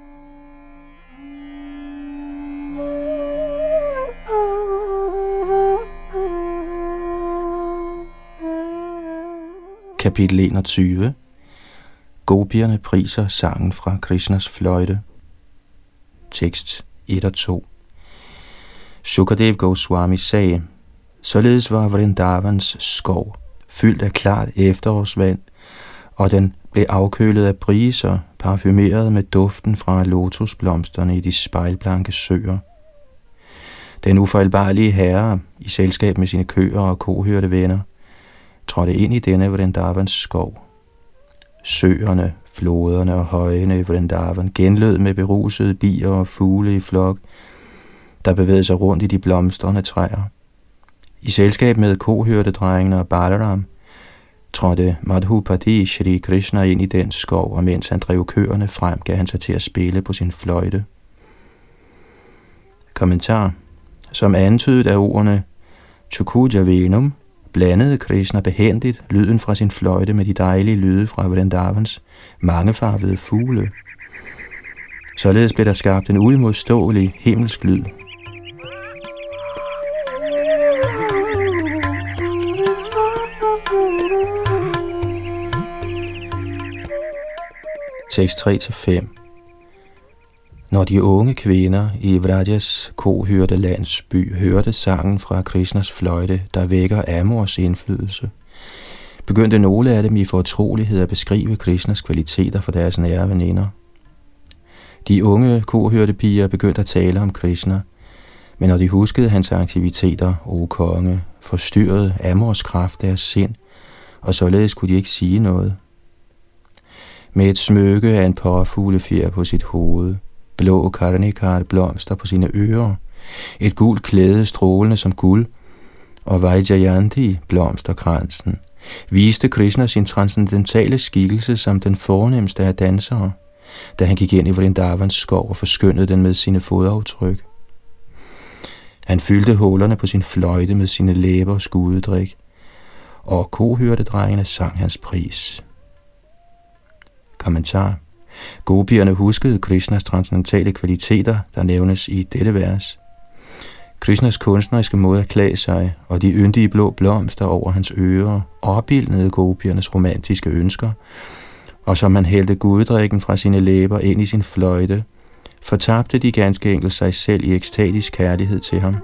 Kapitel 21. Gopierne priser sangen fra Krishnas fløjte. Tekst 1 og 2. Sukadev Goswami sagde, således var Vrindavans skov fyldt af klart efterårsvand, og den blev afkølet af briser, parfumeret med duften fra lotusblomsterne i de spejlblanke søer. Den ufejlbarlige herre, i selskab med sine køer og kohørte venner, trådte ind i denne Vrindavans skov. Søerne, floderne og højene i Vrindavan genlød med berusede bier og fugle i flok, der bevægede sig rundt i de blomstrende træer. I selskab med kohørtedrengene og Balaram trådte Madhupati Shri Krishna ind i den skov, og mens han drev køerne frem, gav han sig til at spille på sin fløjte. Kommentar. Som antydet af ordene Chukuja Venum, blandede Krishna behændigt lyden fra sin fløjte med de dejlige lyde fra Vrindavans mangefarvede fugle. Således blev der skabt en uimodståelig himmelsk lyd. Tekst 3-5. Når de unge kvinder i Vrajas kohørte landsby hørte sangen fra Krishnas fløjte, der vækker Amors indflydelse, begyndte nogle af dem i fortrolighed at beskrive Krishnas kvaliteter for deres nære veninder. De unge kohørte piger begyndte at tale om Krishna, men når de huskede hans aktiviteter, o konge, forstyrrede Amors kraft deres sind, og således kunne de ikke sige noget. Med et smykke af en påfuglefjer på sit hoved, blå karnikart blomster på sine ører, et gult klæde strålende som guld, og Vaijayanti blomsterkransen, viste Krishna sin transcendentale skikkelse som den fornemste af dansere, da han gik ind i Vrindavans skov og forskyndede den med sine fodaftryk. Han fyldte hullerne på sin fløjte med sine læber skudedrik, og kohørtedrengene sang hans pris. Kommentar. Gopierne huskede Krishnas transcendentale kvaliteter, der nævnes i dette vers. Krishnas kunstneriske måde at klæde sig og de yndige blå blomster over hans ører opildnede gopiernes romantiske ønsker, og som han hældte guddrikken fra sine læber ind i sin fløjte, fortabte de ganske enkelt sig selv i ekstatisk kærlighed til ham.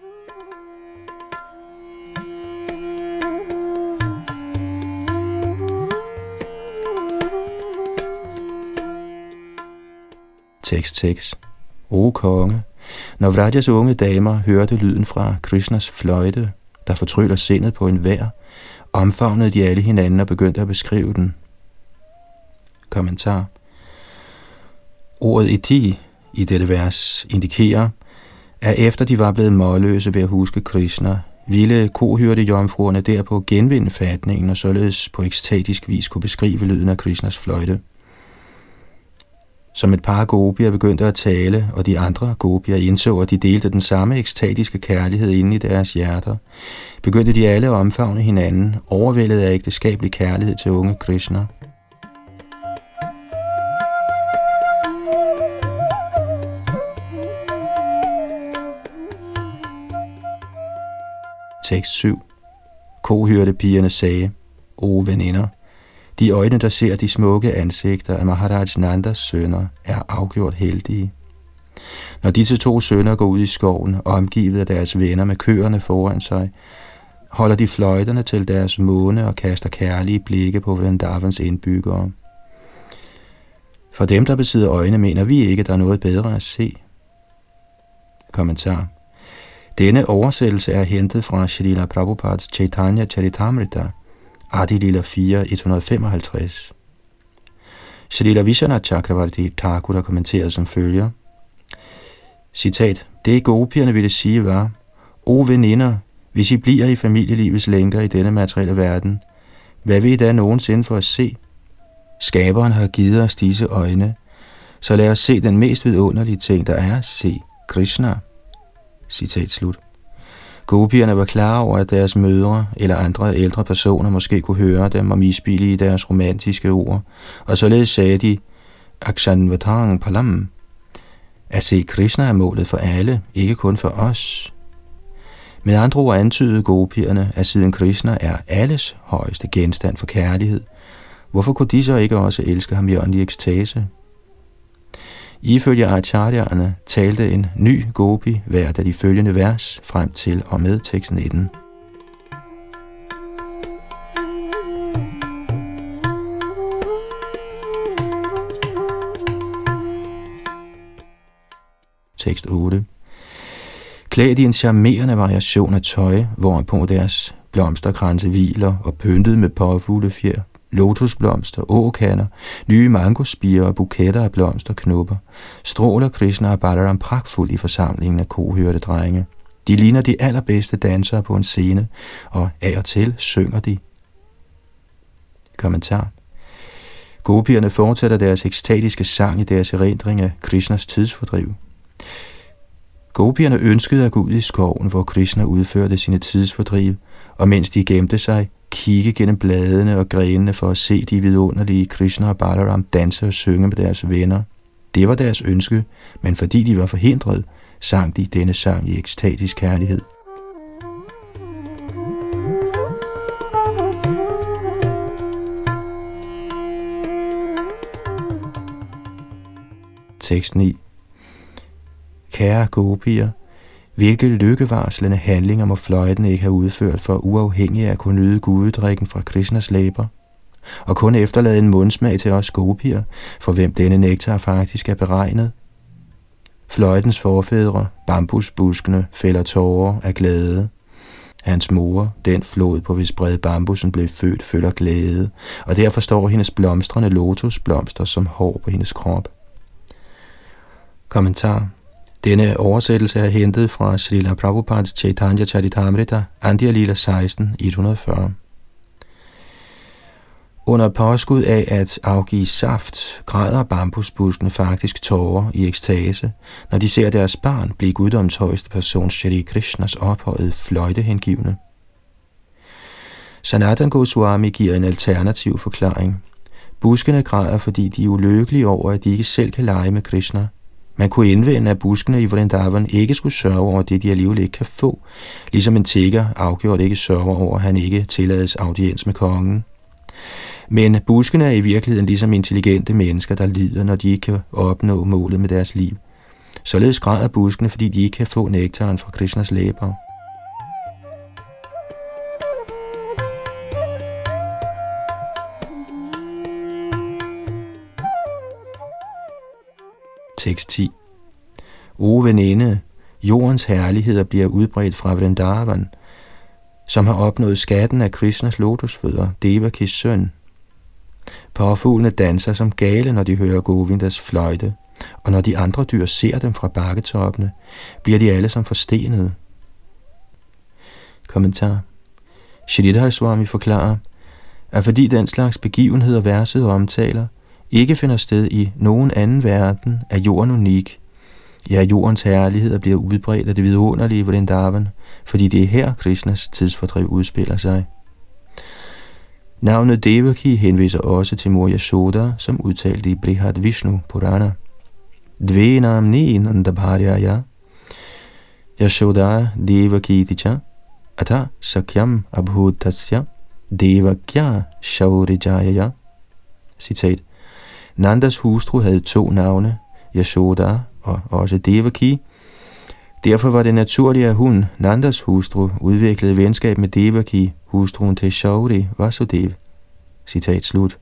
Tekst 6. O konge, når Vrajas unge damer hørte lyden fra Krishnas fløjte, der fortryller sindet på enhver, omfavnede de alle hinanden og begyndte at beskrive den. Kommentar. Ordet iti i dette vers indikerer, at efter de var blevet målløse ved at huske Krishna, ville kohørtejomfruerne derpå genvinde fatningen og således på ekstatisk vis kunne beskrive lyden af Krishnas fløjte. Som et par gopier begyndte at tale, og de andre gopier indså, at de delte den samme ekstatiske kærlighed inde i deres hjerter, begyndte de alle at omfavne hinanden, overvældet af ægteskabelig kærlighed til unge Krishna. Tekst 7. Kohørtepigerne sagde, o veninder, de øjne, der ser de smukke ansigter af Maharaj Nandas sønner, er afgjort heldige. Når disse to sønner går ud i skoven, omgivet af deres venner med køerne foran sig, holder de fløjterne til deres måne og kaster kærlige blikke på Vrindavans indbyggere. For dem, der besidder øjne, mener vi ikke, der er noget bedre at se. Kommentar. Denne oversættelse er hentet fra Srila Prabhupads Chaitanya Charitamrita, Adi Lila 4, 155. Srila Vishwanath Chakravarti Thakur har kommenteret som følger. Citat. Det gopierne ville sige var: O veninder, hvis I bliver i familielivets lænker i denne materielle verden, hvad vil I da nogensinde for at se? Skaberen har givet os disse øjne, så lad os se den mest vidunderlige ting, der er at se, Krishna. Citat slut. Gopierne var klar over, at deres mødre eller andre ældre personer måske kunne høre dem og misbillige deres romantiske ord, og således sagde de, Akshanvatang Palam. At se Krishna er målet for alle, ikke kun for os. Med andre ord antydede gopierne, at siden Krishna er alles højeste genstand for kærlighed, hvorfor kunne de så ikke også elske ham i åndelig ekstase? Ifølge acharyerne talte en ny gopi hvert af de følgende vers frem til og med tekst 19. Tekst 8. Klædt i en charmerende variation af tøj, hvorpå deres blomsterkranse hviler og pyntet med påfuglefjer, lotusblomster, åkander, nye mangospirer og buketter af blomsterknopper, stråler Krishna og Balaram pragtfuldt i forsamlingen af kohørte drenge. De ligner de allerbedste dansere på en scene, og af og til synger de. Kommentar. Gopierne fortsætter deres ekstatiske sang i deres erindring af Krishnas tidsfordriv. Gopierne ønskede at gå ud i skoven, hvor Krishna udførte sine tidsfordriv, og mens de gemte sig, kigge gennem bladene og grenene for at se de vidunderlige Krishna og Balaram danse og synge med deres venner. Det var deres ønske, men fordi de var forhindret, sang de denne sang i ekstatisk kærlighed. Tekst 9. Kære gopier, hvilke lykkevarslende handlinger må fløjten ikke have udført for uafhængig af at kunne nyde gudedrikken fra Krishnas læber, og kun efterlade en mundsmag til os gopier, for hvem denne nektar faktisk er beregnet? Fløjtens forfædre, bambusbuskene, fælder tårer af glæde. Hans mor, den flod på hvis bred bambusen blev født, føler glæde, og derfor står hendes blomstrende lotusblomster som hår på hendes krop. Kommentar. Denne oversættelse er hentet fra Srila Prabhupads Chaitanya Charitamrita, Andhya Lila 16, 140. Under påskud af at afgive saft, græder bambusbuskene faktisk tårer i ekstase, når de ser deres barn blive guddoms højeste person, Shri Krishnas ophøjede fløjtehengivne. Sanatan Goswami giver en alternativ forklaring. Buskene græder, fordi de er ulykkelige over, at de ikke selv kan lege med Krishna. Man kunne indvende, at buskene i Vrindavan ikke skulle sørge over det, de alligevel ikke kan få, ligesom en tigger afgjort ikke sørger over, at han ikke tillades audiens med kongen. Men buskene er i virkeligheden ligesom intelligente mennesker, der lider, når de ikke kan opnå målet med deres liv. Således græder buskene, fordi de ikke kan få nektaren fra Krishnas læber. Tekst 10. O veninde, jordens herligheder bliver udbredt fra Vrindavan, som har opnået skatten af Krishnas lotusfødder, Devakis søn. Påfuglene danser som gale, når de hører Govindas fløjte, og når de andre dyr ser dem fra bakketoppene, bliver de alle som forstenede. Kommentar. Sridhar Swami forklarer, at fordi den slags begivenheder verset omtaler, ikke finder sted i nogen anden verden, er jorden unik. Ja, jordens herligheder bliver udbredt af det vidunderlige Vrindavan, fordi det er her Krishnas tidsfordriv udspiller sig. Navnet Devaki henviser også til mor Yashoda, som udtalte i Brihad Vishnu Purana. Dvenam ni nandabharyaya Yashoda Devaki ticha atha sakyam abhutasya devakya shaurijayaya. Citat. Nandas hustru havde 2 navne, Yashoda og også Devaki. Derfor var det naturligt, at hun, Nandas hustru, udviklede venskab med Devaki, hustruen til Shauri Vasudev. Citat slut.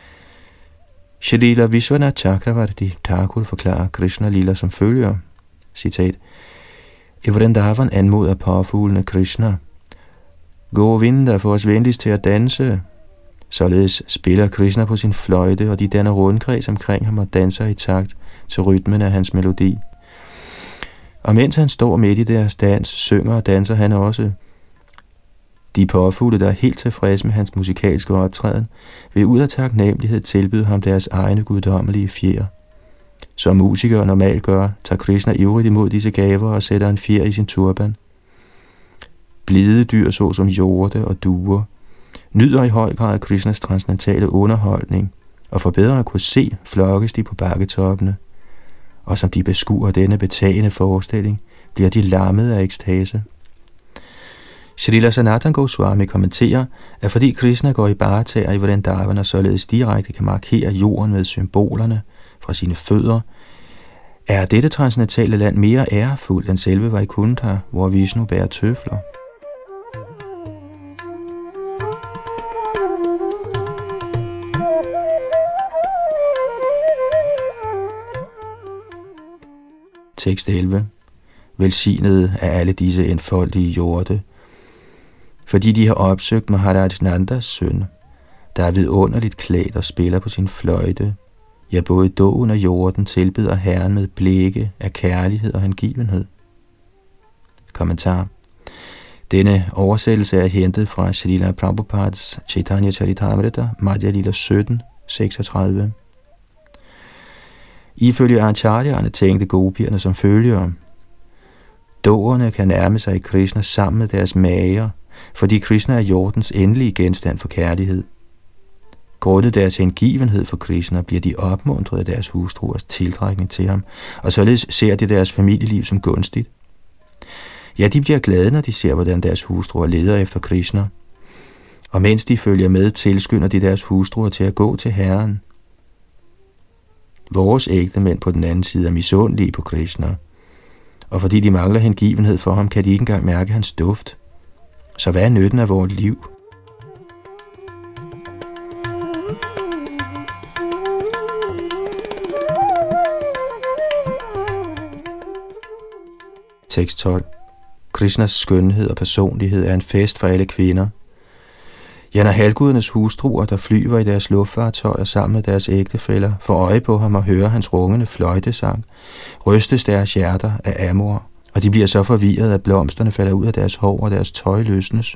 Shrila Vishwanath Chakravarti Thakur forklarer Krishna Lila som følger. Citat. I Vrindavan anmoder påfuglene Krishna: Govinda, få os venligst til at danse. Således spiller Krishna på sin fløjte, og de danner rundkreds omkring ham og danser i takt til rytmen af hans melodi. Og mens han står midt i deres dans, synger og danser han også. De påfugle, der er helt tilfredse med hans musikalske optræden, vil ud af taknemmelighed tilbyde ham deres egne guddommelige fjer. Som musikere normalt gør, tager Krishna ivrigt imod disse gaver og sætter en fjer i sin turban. Blide dyr såsom hjorte og duer nyder i høj grad Krishnas transcendentale underholdning, og for bedre at kunne se, flokkes de på bakketoppene. Og som de beskuer denne betagende forestilling, bliver de lammet af ekstase. Srila Sanatana Goswami kommenterer, at fordi Krishna går i baretager i Vrindavan og således direkte kan markere jorden med symbolerne fra sine fødder, er dette transcendentale land mere ærefuldt end selve Vaikuntha, hvor Vishnu bærer tøfler. Tekst 11. Velsignede er alle disse enfoldige hjorte, fordi de har opsøgt Maharaj Nandas søn, der er vidunderligt klædt og spiller på sin fløjte. Ja, både dogen og hjorten tilbeder Herren med blikke af kærlighed og hengivenhed. Kommentar. Denne oversættelse er hentet fra Srila Prabhupads Chaitanya Charitamrita, Madhya Lila 17, 36. Ifølge acharyerne tænkte gopierne som følger: Dåerne kan nærme sig Krishna sammen med deres mager, fordi Krishna er hjortens endelige genstand for kærlighed. Grundet deres hengivenhed for Krishna bliver de opmuntret af deres hustruers tiltrækning til ham, og således ser de deres familieliv som gunstigt. Ja, de bliver glade, når de ser, hvordan deres hustruer leder efter Krishna, og mens de følger med, tilskynder de deres hustruer til at gå til Herren. Vores ægtemænd på den anden side er misundelige på Krishna, og fordi de mangler hengivenhed for ham, kan de ikke engang mærke hans duft. Så hvad er nytten af vores liv? Tekst 12. Krishnas skønhed og personlighed er en fest for alle kvinder. Ja, når halvgudernes hustruer, der flyver i deres luftfartøjer sammen med deres ægtefæller, får øje på ham og hører hans rungende fløjtesang, rystes deres hjerter af amor, og de bliver så forvirret, at blomsterne falder ud af deres hår og deres tøj løsnes.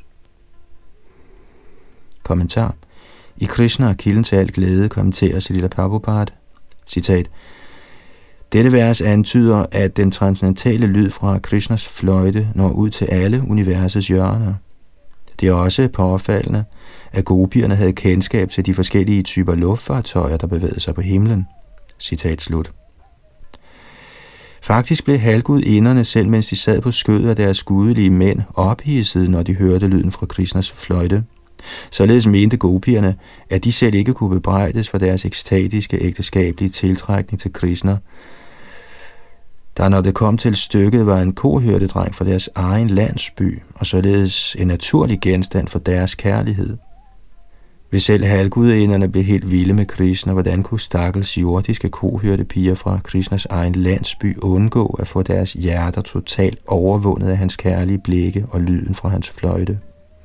Kommentar. I Krishna, kilden til al glæde, kommenterer Srila Prabhupada. Citat. Dette vers antyder, at den transcendentale lyd fra Krishnas fløjte når ud til alle universets hjørner. Det er også påfaldende, at gopierne havde kendskab til de forskellige typer luftfartøjer, der bevægede sig på himlen. Citat slut. Faktisk blev halvgudinderne, selv mens de sad på skødet af deres gudelige mænd, ophidsede, når de hørte lyden fra Krishnas fløjte. Således mente gopierne, at de selv ikke kunne bebrejdes for deres ekstatiske ægteskabelige tiltrækning til Krishna, der når det kom til stykket var en kohyrdedreng fra deres egen landsby, og således en naturlig genstand for deres kærlighed. Hvis selv halvgudinderne blev helt vilde med Krishna, hvordan kunne stakkels jordiske kohyrdepiger fra Krishnas egen landsby undgå at få deres hjerter totalt overvundet af hans kærlige blikke og lyden fra hans fløjte?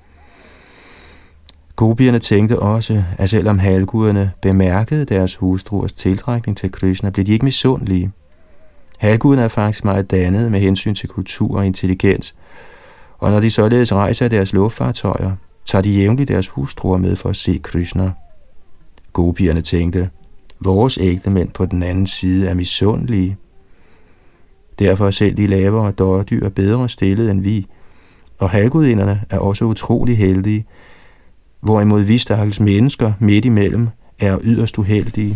Gopierne tænkte også, at selvom halvguderne bemærkede deres hustruers tiltrækning til Krishna, blev de ikke misundelige. Halvguderne er faktisk meget dannede med hensyn til kultur og intelligens, og når de således rejser i deres luftfartøjer, tager de jævnligt deres hustruer med for at se Krishna. Gopierne tænkte, vores ægtemænd på den anden side er misundelige. Derfor er selv de lavere dårdyr bedre stillet end vi, og halvgudinderne er også utrolig heldige, hvorimod vi stakkels mennesker midt imellem er yderst uheldige.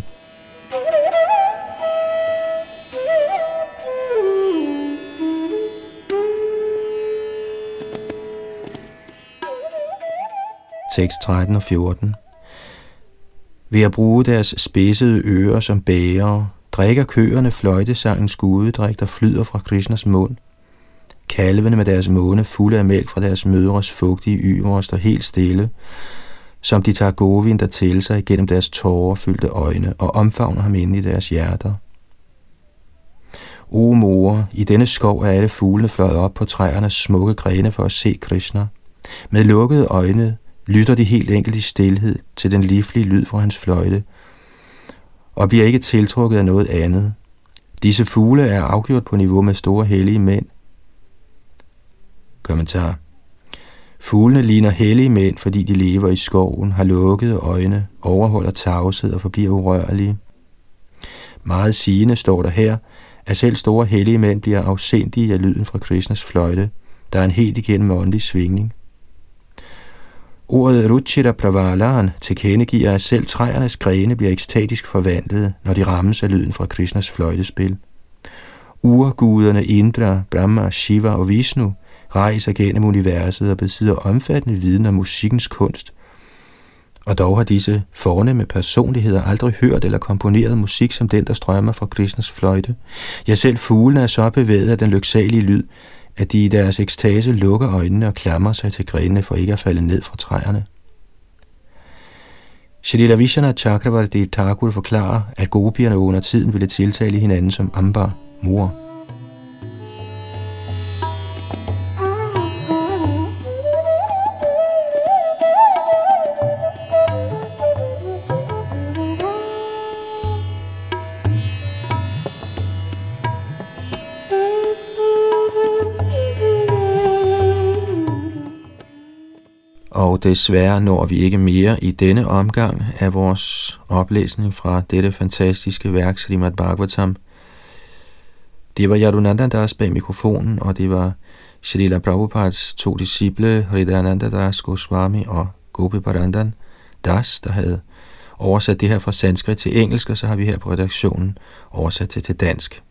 Tekst 13 og 14. Ved at bruge deres spidsede ører som bægere, drikker køerne fløjtesangens gudedrik, der flyder fra Krishnas mund. Kalvene med deres munde fulde af mælk fra deres mødres fugtige yver står helt stille, som de tager Govinda til sig gennem deres tårerfyldte øjne og omfavner ham inde i deres hjerter. O mor, i denne skov er alle fuglene fløjet op på træernes smukke grene for at se Krishna. Med lukkede øjne lytter de helt enkelt i stilhed til den livlige lyd fra hans fløjte, og bliver ikke tiltrukket af noget andet. Disse fugle er afgjort på niveau med store hellige mænd. Kommentar. Fuglene ligner hellige mænd, fordi de lever i skoven, har lukkede øjne, overholder tavshed og forbliver urørlige. Meget sigende står der her, at selv store hellige mænd bliver afsindige af lyden fra Krishnas fløjte, der er en helt igennem åndelig svingning. Ordet Ruchira Pravalan tilkendegiver, at selv træernes grene bliver ekstatisk forvandlet, når de rammes af lyden fra Krishnas fløjtespil. Urguderne Indra, Brahma, Shiva og Vishnu rejser gennem universet og besidder omfattende viden om musikkens kunst, og dog har disse fornemme personligheder aldrig hørt eller komponeret musik som den, der strømmer fra Krishnas fløjte. Ja, selv fuglene er så bevæget af den lyksalige lyd, at de i deres ekstase lukker øjnene og klamrer sig til grenene for ikke at falde ned fra træerne. Shrila Vishwanath Chakravarti Thakur forklarer, at gopierne under tiden ville tiltale hinanden som Amba, mor. Og desværre når vi ikke mere i denne omgang af vores oplæsning fra dette fantastiske værk, Srimad Bhagavatam. Det var Yadunandan Das bag mikrofonen, og det var Srila Prabhupads 2 disciple, Hridayananda Das Goswami og Gopi Parandan Das, der havde oversat det her fra sanskrit til engelsk, og så har vi her på redaktionen oversat det til dansk.